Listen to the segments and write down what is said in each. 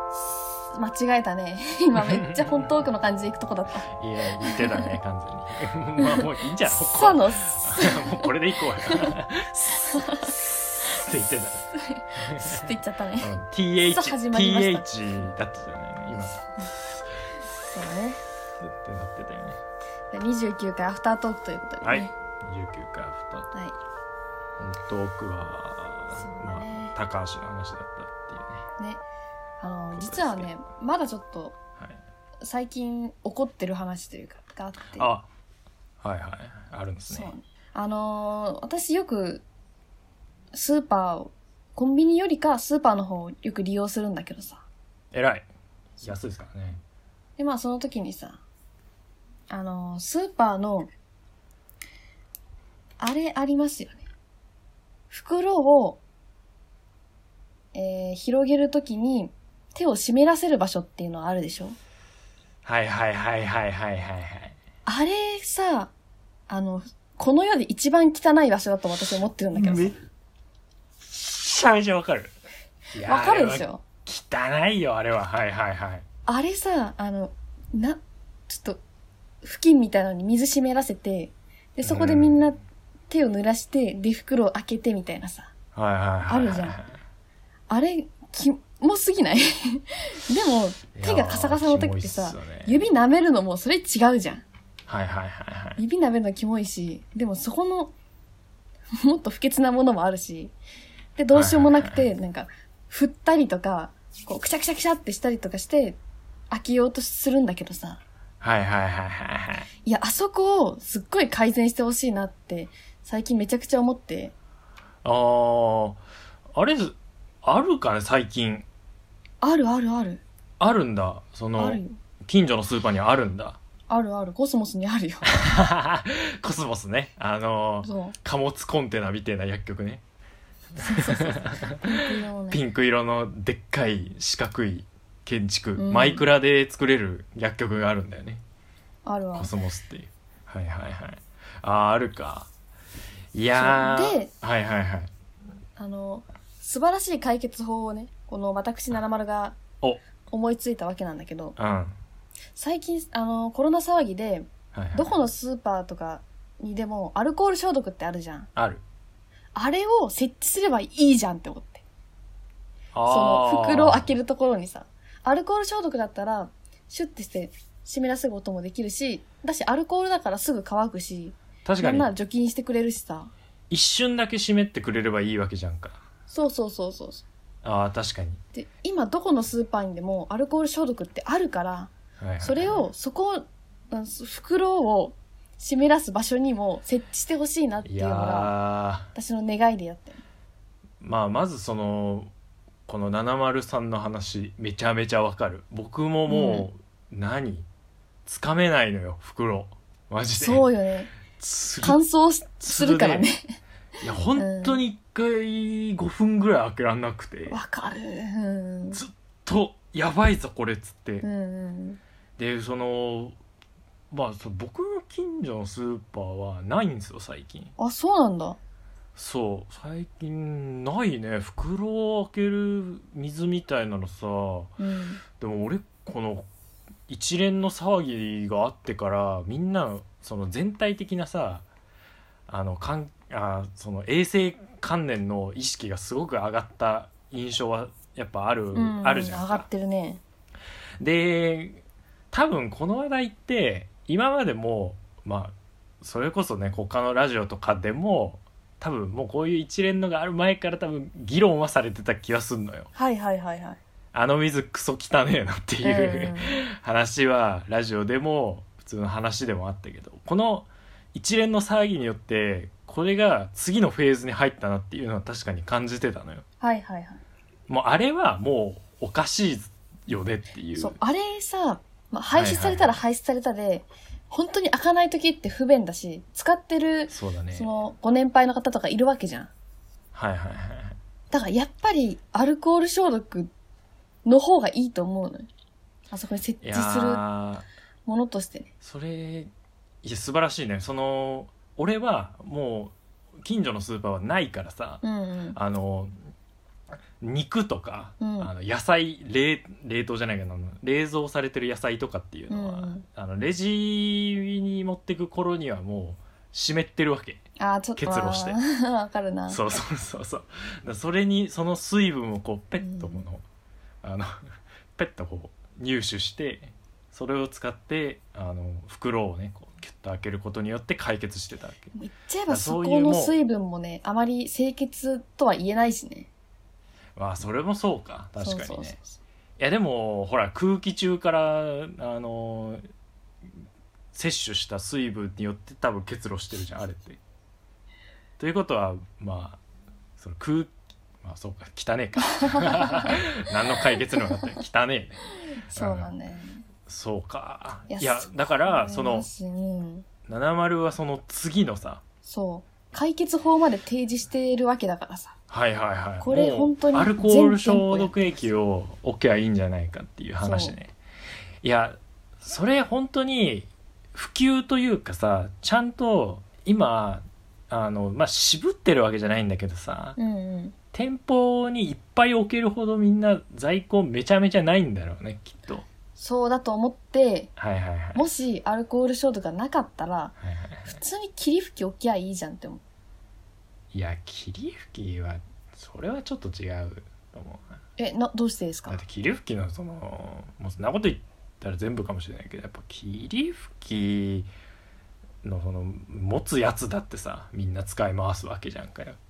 間違えたね。今めっちゃ本当奥の感じで行くとこだった。 いや言ってたね完全にまあもういいんじゃん。 さのもうこれでいこうよって言ってたスって言っちゃったね。 TH さ始まりました TH だったよね今。 そうだね。 ってなってたよね。 で29回アフタートークということでね。 はい。29回アフタートーク。 はい。 トークは、 そうだね、 まあ高橋の話だったっていうね。 ね。実はねまだちょっと、 はい、 最近起こってる話というかがあって。 あ、はいはいあるんですね。 そう私よくスーパーをコンビニよりかスーパーの方をよく利用するんだけどさ。 偉い。安いですからね。 でまあその時にさスーパーのあれありますよね。袋を、広げるときに手を湿らせる場所っていうのはあるでしょ。 はいはいはいはいはいはいはい。 あれさ、この世で一番汚い場所だと私は思ってるんだけどさ。 めっちゃめちゃわかる。 わかるでしょ。 汚いよあれは。はいはいはい。 あれさ、ちょっと布巾みたいなのに水湿らせて、でそこでみんな手を濡らしてで袋を開けてみたいなさ、 はいはいはい、 あるじゃん。あれキモすぎないでも手がカサカサの時ってさ、指舐めるのもそれ違うじゃん。 はいはいはいはい。 指舐めるのキモいし、でもそこのもっと不潔なものもあるし、でどうしようもなくて、なんか振ったりとかこうくしゃくしゃくしゃってしたりとかして開けようとするんだけどさ。 はいはいはいはいはい。 いや、あそこをすっごい改善してほしいなって最近めちゃくちゃ思って。 あれあるかね最近。 あるあるある。 あるんだ。 あるよ。 近所のスーパーにあるんだ。 あるある。コスモスにあるよ。 コスモスね。貨物コンテナみたいな薬局ね。 そうピンク色のね。 ピンク色のでっかい四角い建築、 マイクラで作れる薬局があるんだよね。 あるわ。 コスモスっていう。はいはいはい。あるか。いやー。 で、 はいはいはい。 素晴らしい解決法をね、この私70が思いついたわけなんだけど、最近コロナ騒ぎで、はいはい、どこのスーパーとかにでもアルコール消毒ってあるじゃん。 ある。 あれを設置すればいいじゃんって思って。その袋を開けるところにさ、アルコール消毒だったらシュッてして湿らせることもできるし、だしアルコールだからすぐ乾くし、 確かに。 なんなら除菌してくれるしさ。 一瞬だけ湿ってくれればいいわけじゃんか。 そうそうそうそう。 確かに。 で今どこのスーパーにでもアルコール消毒ってあるから、はいはいはい、それを袋を湿らす場所にも設置してほしいなっていうのが私の願いでやってる。 まずこの70さんの話めちゃめちゃわかる。僕ももう、つかめないのよ袋マジで。そうよね。乾燥するからね。 いや本当に1回5分ぐらい開けらんなくて。 わかる。 ずっとやばいぞこれっつって。で僕の近所のスーパーはないんですよ最近。 あ、そうなんだ。 そう最近ないね。袋を開ける水みたいなのさ、でも俺この一連の騒ぎがあってからみんなその全体的なさその衛生観念の意識がすごく上がった印象はやっぱあるじゃんか。 上がってるね。 で多分この話題って今までもそれこそね他のラジオとかでも多分もうこういう一連のがある前から多分議論はされてた気がすんのよ。 はいはいはいはい。 あの水クソ汚ねえなっていう話はラジオでも普通の話でもあったけど、この一連の騒ぎによってこれが次のフェーズに入ったなっていうのは確かに感じてたのよ。 はいはいはい。 もうあれはもうおかしいよねっていう。 そうあれさ、廃止されたら廃止されたで、本当に開かない時って不便だし、使ってるそのご年配の方とかいるわけじゃん。 はいはいはい。 だからやっぱりアルコール消毒の方がいいと思うのよ。あそこに設置するものとしてね。 それ素晴らしいね。俺はもう近所のスーパーはないからさ、 肉とか、野菜冷凍じゃないけど冷蔵されてる野菜とかっていうのは、レジに持ってく頃にはもう湿ってるわけ。 ちょっと結露してわかるな。 そうそれにその水分をこうペットペットこう入手して、それを使って袋をねこうキュッと開けることによって解決してたわけ。 言っちゃえばそこの水分もねあまり清潔とは言えないしね。 それもそうか、確かにね。いやでもほら空気中から摂取した水分によって多分結露してるじゃんあれって。ということはそのそうか汚ねえか何の解決にもなって汚ねえね。 そうだね。 そうか。いやだからその70はその次のさ、 解決法まで提示しているわけだからさ。これ本当にアルコール消毒液を置けばいいんじゃないかっていう話ね。いやそれ本当に普及というかさ、ちゃんと今渋ってるわけじゃないんだけどさ、店舗にいっぱい置けるほどみんな在庫めちゃめちゃないんだろうねきっと。 そうだと思って、もしアルコール消毒がなかったら、普通に霧吹き置きゃいいじゃんって思う。 いや霧吹きはそれはちょっと違うと思う。どうしてですか？ だって霧吹きのもうそんなこと言ったら全部かもしれないけど、やっぱ霧吹きのその持つやつだってさみんな使い回すわけじゃんかよ。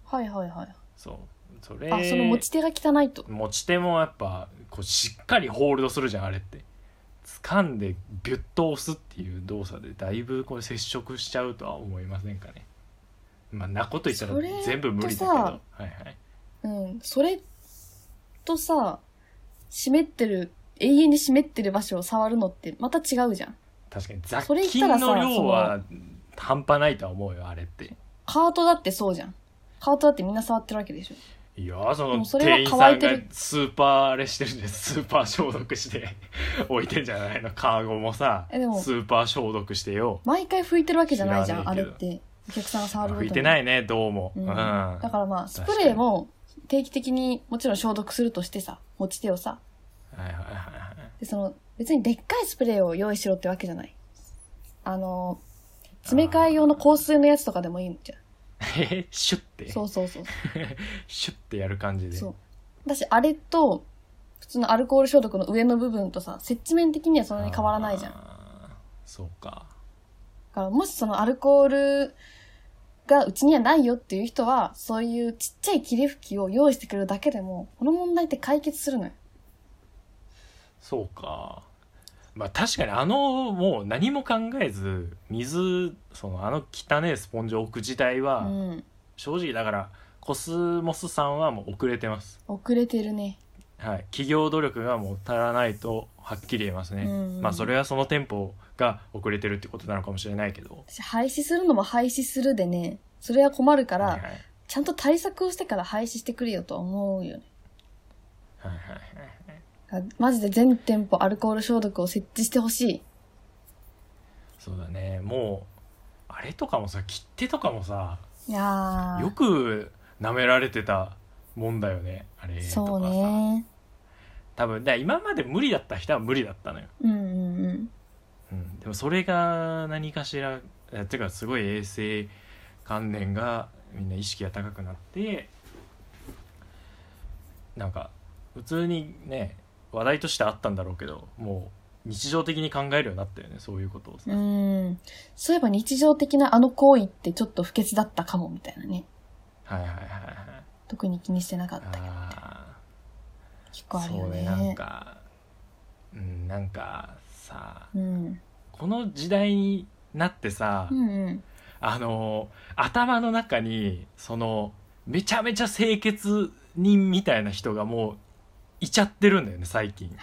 その持ち手が汚いと。 持ち手もやっぱこうしっかりホールドするじゃんあれって。掴んでビュッと押すっていう動作でだいぶこれ接触しちゃうとは思いませんかね。なこと言ったら全部無理だけど、 それとさ湿ってる永遠に湿ってる場所を触るのってまた違うじゃん。 確かに雑菌の量は半端ないとは思うよあれって。 カートだってそうじゃん。カートだってみんな触ってるわけでしょ。 いやその店員さんがスーパーあれしてるんでスーパー消毒して置いてんじゃないの。カーゴもさスーパー消毒してよ。 毎回拭いてるわけじゃないじゃんあれって。お客さんが触ること拭いてないねどうも、 だからスプレーも定期的にもちろん消毒するとしてさ、持ち手をさ、で別にでっかいスプレーを用意しろってわけじゃない。詰め替え用の香水のやつとかでもいいんじゃん。 シュッてそうシュッてやる感じで。 だしあれと普通のアルコール消毒の上の部分とさ接地面的にはそんなに変わらないじゃん。 そうか。 だからもしそのアルコールがうちにはないよっていう人はそういうちっちゃい霧吹きを用意してくれるだけでもこの問題って解決するのよ。 そうか。確かにもう何も考えず水汚ねスポンジを置く自体は、正直だからコスモスさんはもう遅れてます。 遅れてるね。 企業努力がもう足らないとはっきり言えますね。それはその店舗が遅れてるってことなのかもしれないけど、 廃止するのも廃止するでね、それは困るから、ちゃんと対策をしてから廃止してくれよと思うよね。マジで全店舗アルコール消毒を設置してほしい。 そうだね。もうあれとかもさ、切手とかもさ、 よく舐められてたもんだよねあれとかさ。そうね。多分今まで無理だった人は無理だったのよ。でもそれが何かしらてかすごい衛生観念がみんな意識が高くなって、なんか普通にね話題としてあったんだろうけど、もう日常的に考えるようになったよね、そういうことをさ。 そういえば日常的なあの行為ってちょっと不潔だったかもみたいなね。特に気にしてなかったけど結構あるよね。 そうね、なんかさ、この時代になってさ、頭の中にめちゃめちゃ清潔人みたいな人がもういちゃってるんだよね最近。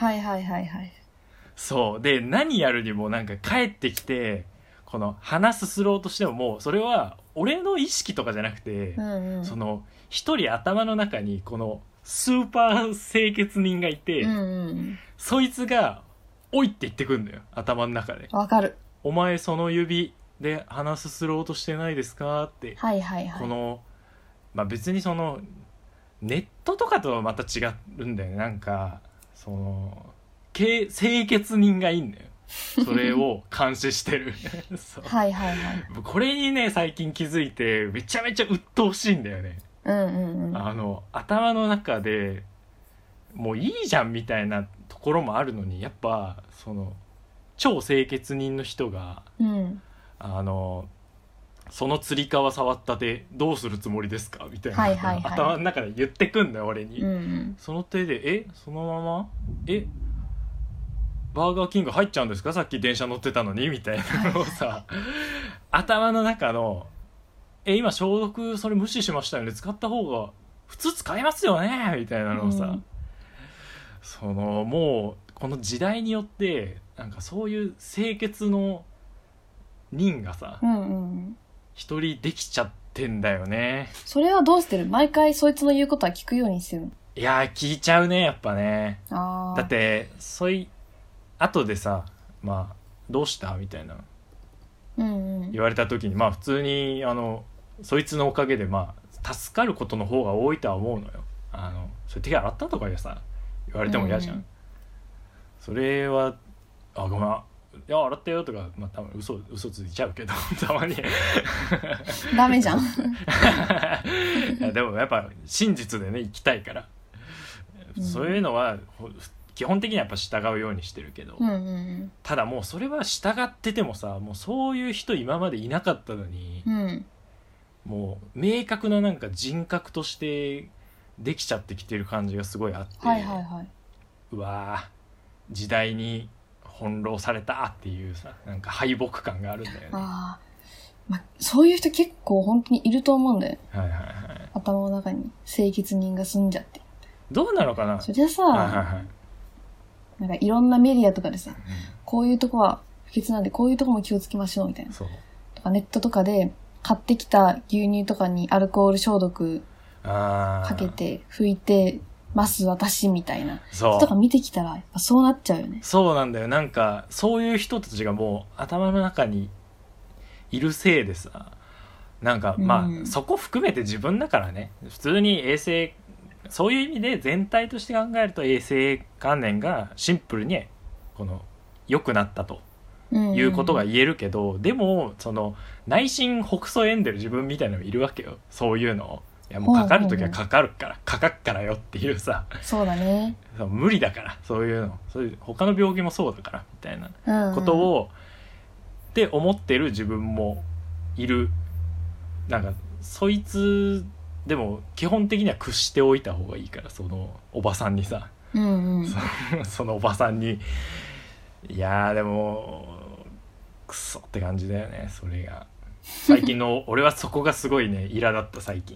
そうで、何やるにもなんか帰ってきて話すろうとしても、もうそれは俺の意識とかじゃなくて、一人頭の中にスーパー清潔人がいて、そいつがおいって言ってくんだよ頭の中で。 わかる。 お前その指で話すろうとしてないですかって。別にネットとかとまた違うんだよね。なんかその清潔人がいいんだよ。それを監視してるそう、 はいはいはい。 これにね最近気づいてめちゃめちゃ鬱陶しいんだよね。 うんうんうん。 頭の中でもういいじゃんみたいなところもあるのに、やっぱその超清潔人の人が、 うん、 そのつり革触った手どうするつもりですかみたいな、 はいはいはい、 頭の中で言ってくんだよ俺に、 うんうん、 その手でそのままバーガーキング入っちゃうんですかさっき電車乗ってたのにみたいなのをさ頭の中の今消毒それ無視しましたよね使った方が普通使えますよねみたいなのをさ、そのもうこの時代によってなんかそういう清潔の人がさ、 うんうん、 一人できちゃってんだよね。 それはどうしてる？毎回そいつの言うことは聞くようにしてるの？ いや聞いちゃうねやっぱね。 あだって後でさまあどうしたみたいな、 うんうん、 言われた時にまあ普通にそいつのおかげでまあ助かることの方が多いとは思うのよ。それ手洗ったとかでさ言われても嫌じゃん、うん、それはごめんいや洗ったよとか、まあ、多分嘘ついちゃうけどたまにダメじゃんいやでもやっぱ真実でね生きたいから、うん、そういうのは基本的にはやっぱ従うようにしてるけど、 うんうんうん、 ただもうそれは従っててもさもうそういう人今までいなかったのに、 うん、 もう明確ななんか人格としてできちゃってきてる感じがすごいあって、 はいはいはい、 うわ時代に翻弄されたっていうさなんか敗北感があるんだよね。 そういう人結構本当にいると思うんだよ、 はいはいはい、 頭の中に清潔人が住んじゃって。 どうなのかなそりゃさ、 はいはいはい、 なんかいろんなメディアとかでさ、うん、こういうとこは不潔なんでこういうとこも気をつけましょうみたいな、そうとかネットとかで買ってきた牛乳とかにアルコール消毒かけて拭いてます私みたいなとか見てきたらやっぱそうなっちゃうよね。 そうなんだよ。なんかそういう人たちがもう頭の中にいるせいでさ、なんかまあ、そこ含めて自分だからね、普通に衛生そういう意味で全体として考えると衛生観念がシンプルにこの良くなったということが言えるけど、でもその内心ほくそ笑んでる自分みたいなのがいるわけよ。そういうのをいやもうかかるときはかかるから、かかっからよっていうさ、 そうだね、 無理だからそういうの、そういう他の病気もそうだからみたいなことを、って思ってる自分もいる。なんかそいつでも基本的には屈しておいた方がいいから、そのおばさんにさ、そのおばさんにいやでもクソって感じだよね。それが最近の俺はそこがすごいね苛立った最近。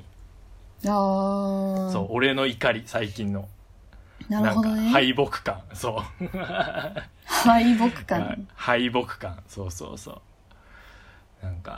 そう俺の怒り最近のなるほどね、 なんか敗北感、そう敗北感敗北感、そうなんか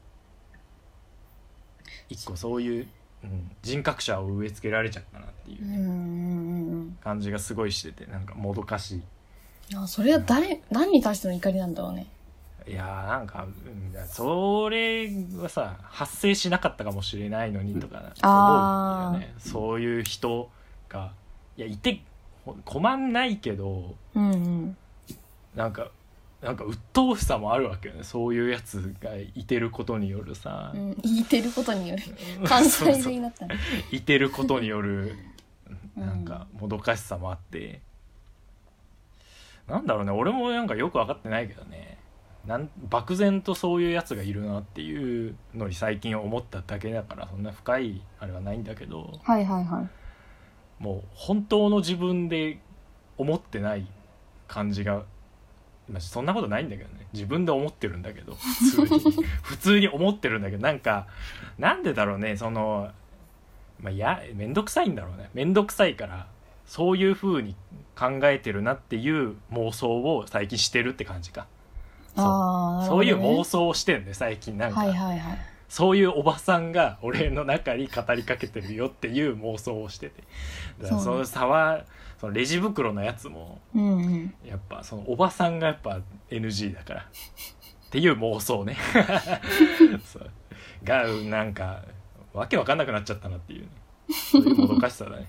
一個そういう、人格者を植え付けられちゃったなっていう感じがすごいしてて、なんかもどかしい。 それは何に対しての怒りなんだろうね。 いやなんか、それはさ発生しなかったかもしれないのにとか思うんだよね。そういう人がいて困んないけど、なんか鬱陶しさもあるわけよね。そういうやつがいてることによるさ、 いてることによる関西弁になったねいてることによるなんかもどかしさもあって、なんだろうね、俺もなんかよく分かってないけどね、漠然とそういうやつがいるなっていうのに最近思っただけだから、そんな深いあれはないんだけど、 はいはいはい、 もう本当の自分で思ってない感じが、そんなことないんだけどね、自分で思ってるんだけど普通に思ってるんだけど、なんでだろうね、そのめんどくさいんだろうね。めんどくさいからそういう風に考えてるなっていう妄想を最近してるって感じか。そういう妄想をしてるんで最近、なんか、そういうおばさんが俺の中に語りかけてるよっていう妄想をしてて、だからその差はそのレジ袋のやつも、やっぱそのおばさんがやっぱ NG だからっていう妄想ねそうがなんかわけわかんなくなっちゃったなっていうね。 そういうもどかしさだね。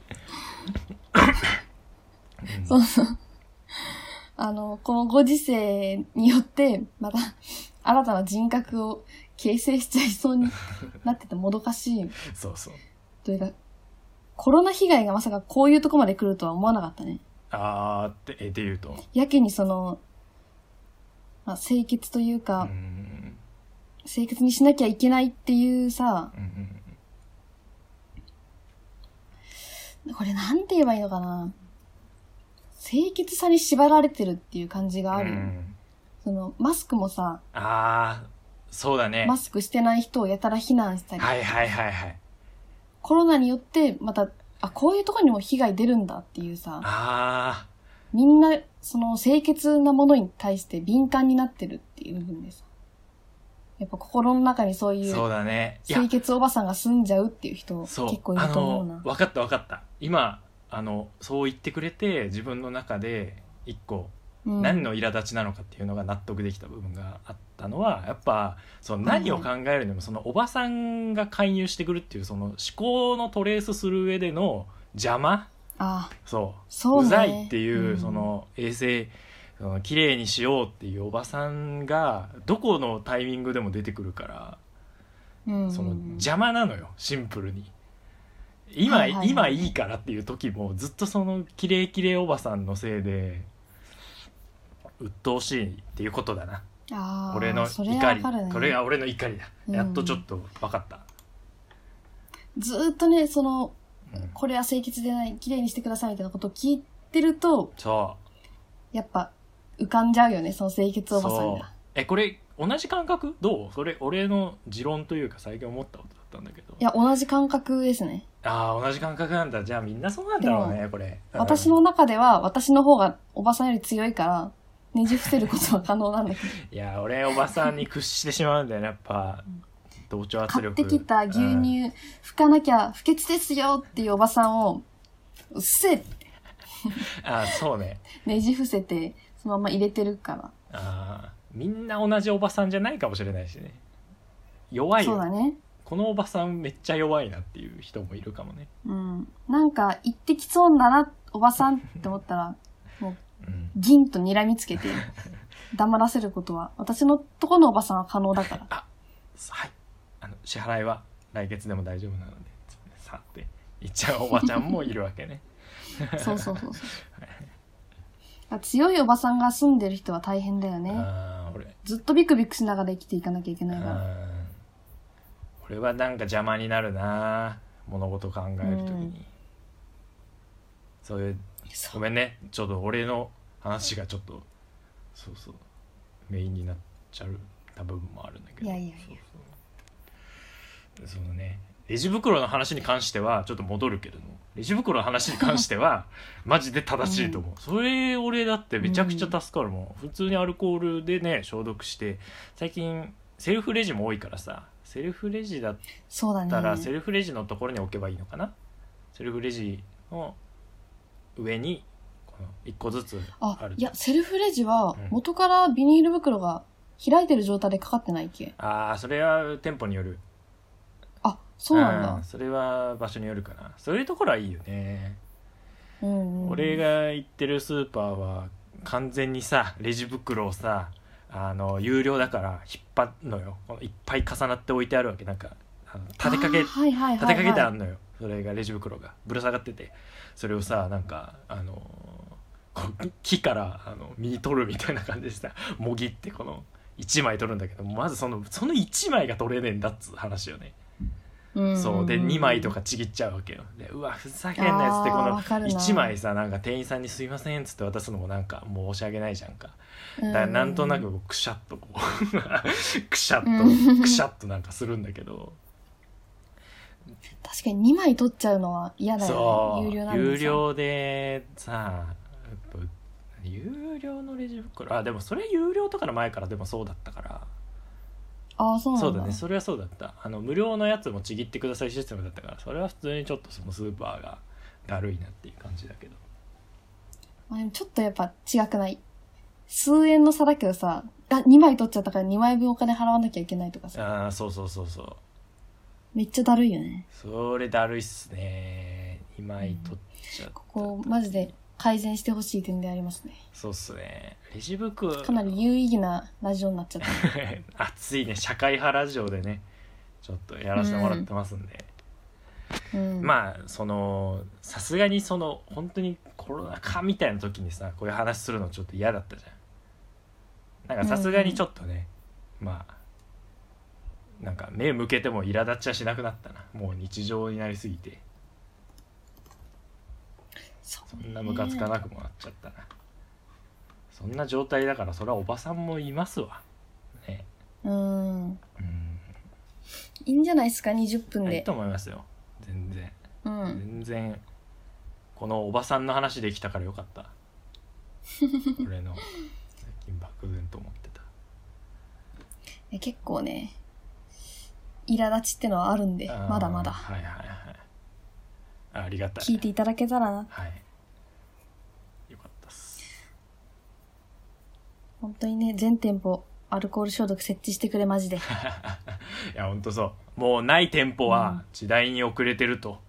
そうそう。このご時世によって、また、新たな人格を形成しちゃいそうになっててもどかしい。 そうそう。 というか、コロナ被害がまさかこういうとこまで来るとは思わなかったね。 って言うと。 やけに清潔というか、清潔にしなきゃいけないっていうさ、これなんて言えばいいのかな。清潔さに縛られてるっていう感じがある。マスクもさ、 そうだね。 マスクしてない人をやたら非難したり。 はい。 コロナによって、また、こういうところにも被害出るんだっていうさ。みんな、清潔なものに対して敏感になってるっていう部分でさ。やっぱ心の中にそういう。 そうだね。 清潔おばさんが住んじゃうっていう人、結構いると思うな。 わかった。今、そう言ってくれて、自分の中で一個、何の苛立ちなのかっていうのが納得できた部分があったのは、やっぱ何を考えるにもおばさんが介入してくるっていう思考のトレースする上での邪魔、うざいっていう衛生綺麗にしようっていうおばさんがどこのタイミングでも出てくるから、邪魔なのよ、シンプルに。今いいからっていう時もずっと綺麗おばさんのせいで鬱陶しいっていうことだな。俺の怒り、これが俺の怒りだ。やっとちょっと分かった。 ずっとね、これは清潔でない、綺麗にしてくださいみたいなことを聞いてると、やっぱ浮かんじゃうよね、清潔おばさんが。 これ同じ感覚？どう？それ俺の持論というか最近思ったことだったんだけど。 いや、同じ感覚ですね。 同じ感覚なんだ。じゃあみんなそうなんだろうね、これ。 私の中では私の方がおばさんより強いからねじ伏せることは可能なんだけど。 いや、俺おばさんに屈してしまうんだよね、やっぱ。同調圧力。 買ってきた牛乳、拭かなきゃ不潔ですよっていうおばさんを、うっせえって。 そうね。 ねじ伏せて、そのまま入れてるから。 みんな同じおばさんじゃないかもしれないしね。弱いよ。 そうだね。 このおばさんめっちゃ弱いなっていう人もいるかもね。 なんか言ってきそうだな、おばさんって思ったら、もう、銀と睨みつけて、黙らせることは、私のとこのおばさんは可能だから。 はい。支払いは来月でも大丈夫なので、さって言っちゃうおばちゃんもいるわけね。 そう。強いおばさんが住んでる人は大変だよね。ずっとビクビクしながら生きていかなきゃいけないから。 俺はなんか邪魔になるな、物事考えるときに。そういう、ごめんね、ちょっと俺の話がちょっとメインになっちゃった部分もあるんだけど。 いや。 レジ袋の話に関してはちょっと戻るけれども、レジ袋の話に関してはマジで正しいと思う。それ俺だってめちゃくちゃ助かるもん。普通にアルコールでね消毒して、最近セルフレジも多いからさ、セルフレジだったらセルフレジのところに置けばいいのかな。セルフレジの上にこの1個ずつある。 いや、セルフレジは元からビニール袋が開いてる状態でかかってないっけ？ それは店舗による。 そうなんだ。 それは場所によるかな。そういうところはいいよね。俺が行ってるスーパーは完全にさ、レジ袋をさ、有料だから引っ張るのよ。いっぱい重なって置いてあるわけ。なんか立てかけてあんのよ。それがレジ袋がぶら下がってて、それをさ、なんかこう木から実取るみたいな感じでさ、もぎってこの1枚取るんだけど、まずその1枚が取れねえんだっつう話よね。そうで2枚とかちぎっちゃうわけよ。で、うわふざけんなやつって、この1枚さ、なんか店員さんにすいませんっつって渡すのもなんか申し訳ないじゃんか。だからなんとなくくしゃっとこうくしゃっとなんかするんだけど、 確かに2枚取っちゃうのは嫌だよね。有料なんでさ。 有料でさ、有料のレジ袋、でもそれ有料とかの前からでもそうだったから。 そうなんだ。 そうだね、それはそうだった。無料のやつもちぎってくださいシステムだったから、それは普通にちょっとそのスーパーがだるいなっていう感じだけど。 ちょっとやっぱ違くない？数円の差だけどさ、2枚取っちゃったから2枚分お金払わなきゃいけないとかさ。 そう。 めっちゃだるいよね。 それだるいっすね。今井取っちゃった、 ここマジで改善してほしい点でありますね。 そうっすね。レジ袋かなり有意義なラジオになっちゃった。 熱いね、社会派ラジオでねちょっとやらせてもらってますんで、まあそのさすがにその本当にコロナ禍みたいな時にさこういう話するのちょっと嫌だったじゃん。なんかさすがにちょっとね、まあなんか目向けても苛立ちはしなくなったな。もう日常になりすぎてそんなムカつかなくもなっちゃったな。そんな状態だからそれはおばさんもいますわね。 いいんじゃないですか、20分で。 いいと思いますよ、全然、全然。このおばさんの話できたからよかった俺の最近漠然と思ってた。 結構ね苛立ちってのはあるんで、まだまだ。 はいはいはい。ありがたい。 聞いていただけたらな。 はい。よかったっす。 本当にね、全店舗アルコール消毒設置してくれ、マジで。いや本当そう。もうない店舗は時代に遅れてると、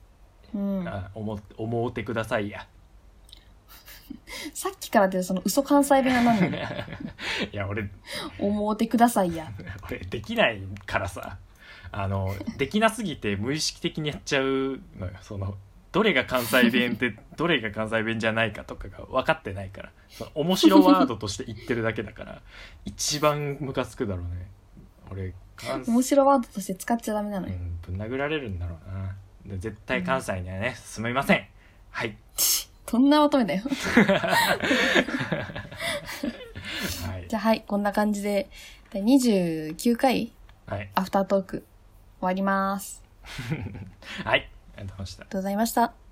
思ってくださいや。 さっきからでその嘘関西弁は何なの？いや俺思ってくださいや。 俺できないからさ。できなすぎて無意識的にやっちゃうのよ。そのどれが関西弁ってどれが関西弁じゃないかとかが分かってないから、その面白ワードとして言ってるだけだから一番ムカつくだろうね。俺面白ワードとして使っちゃダメなのよ。 ぶん殴られるんだろうな。で絶対関西にはね、住みません。はい。 どんな求めだよ。 はい、 じゃあはい、こんな感じで第29回、アフタートーク終わります。 はい、ありがとうございました。 ありがとうございました。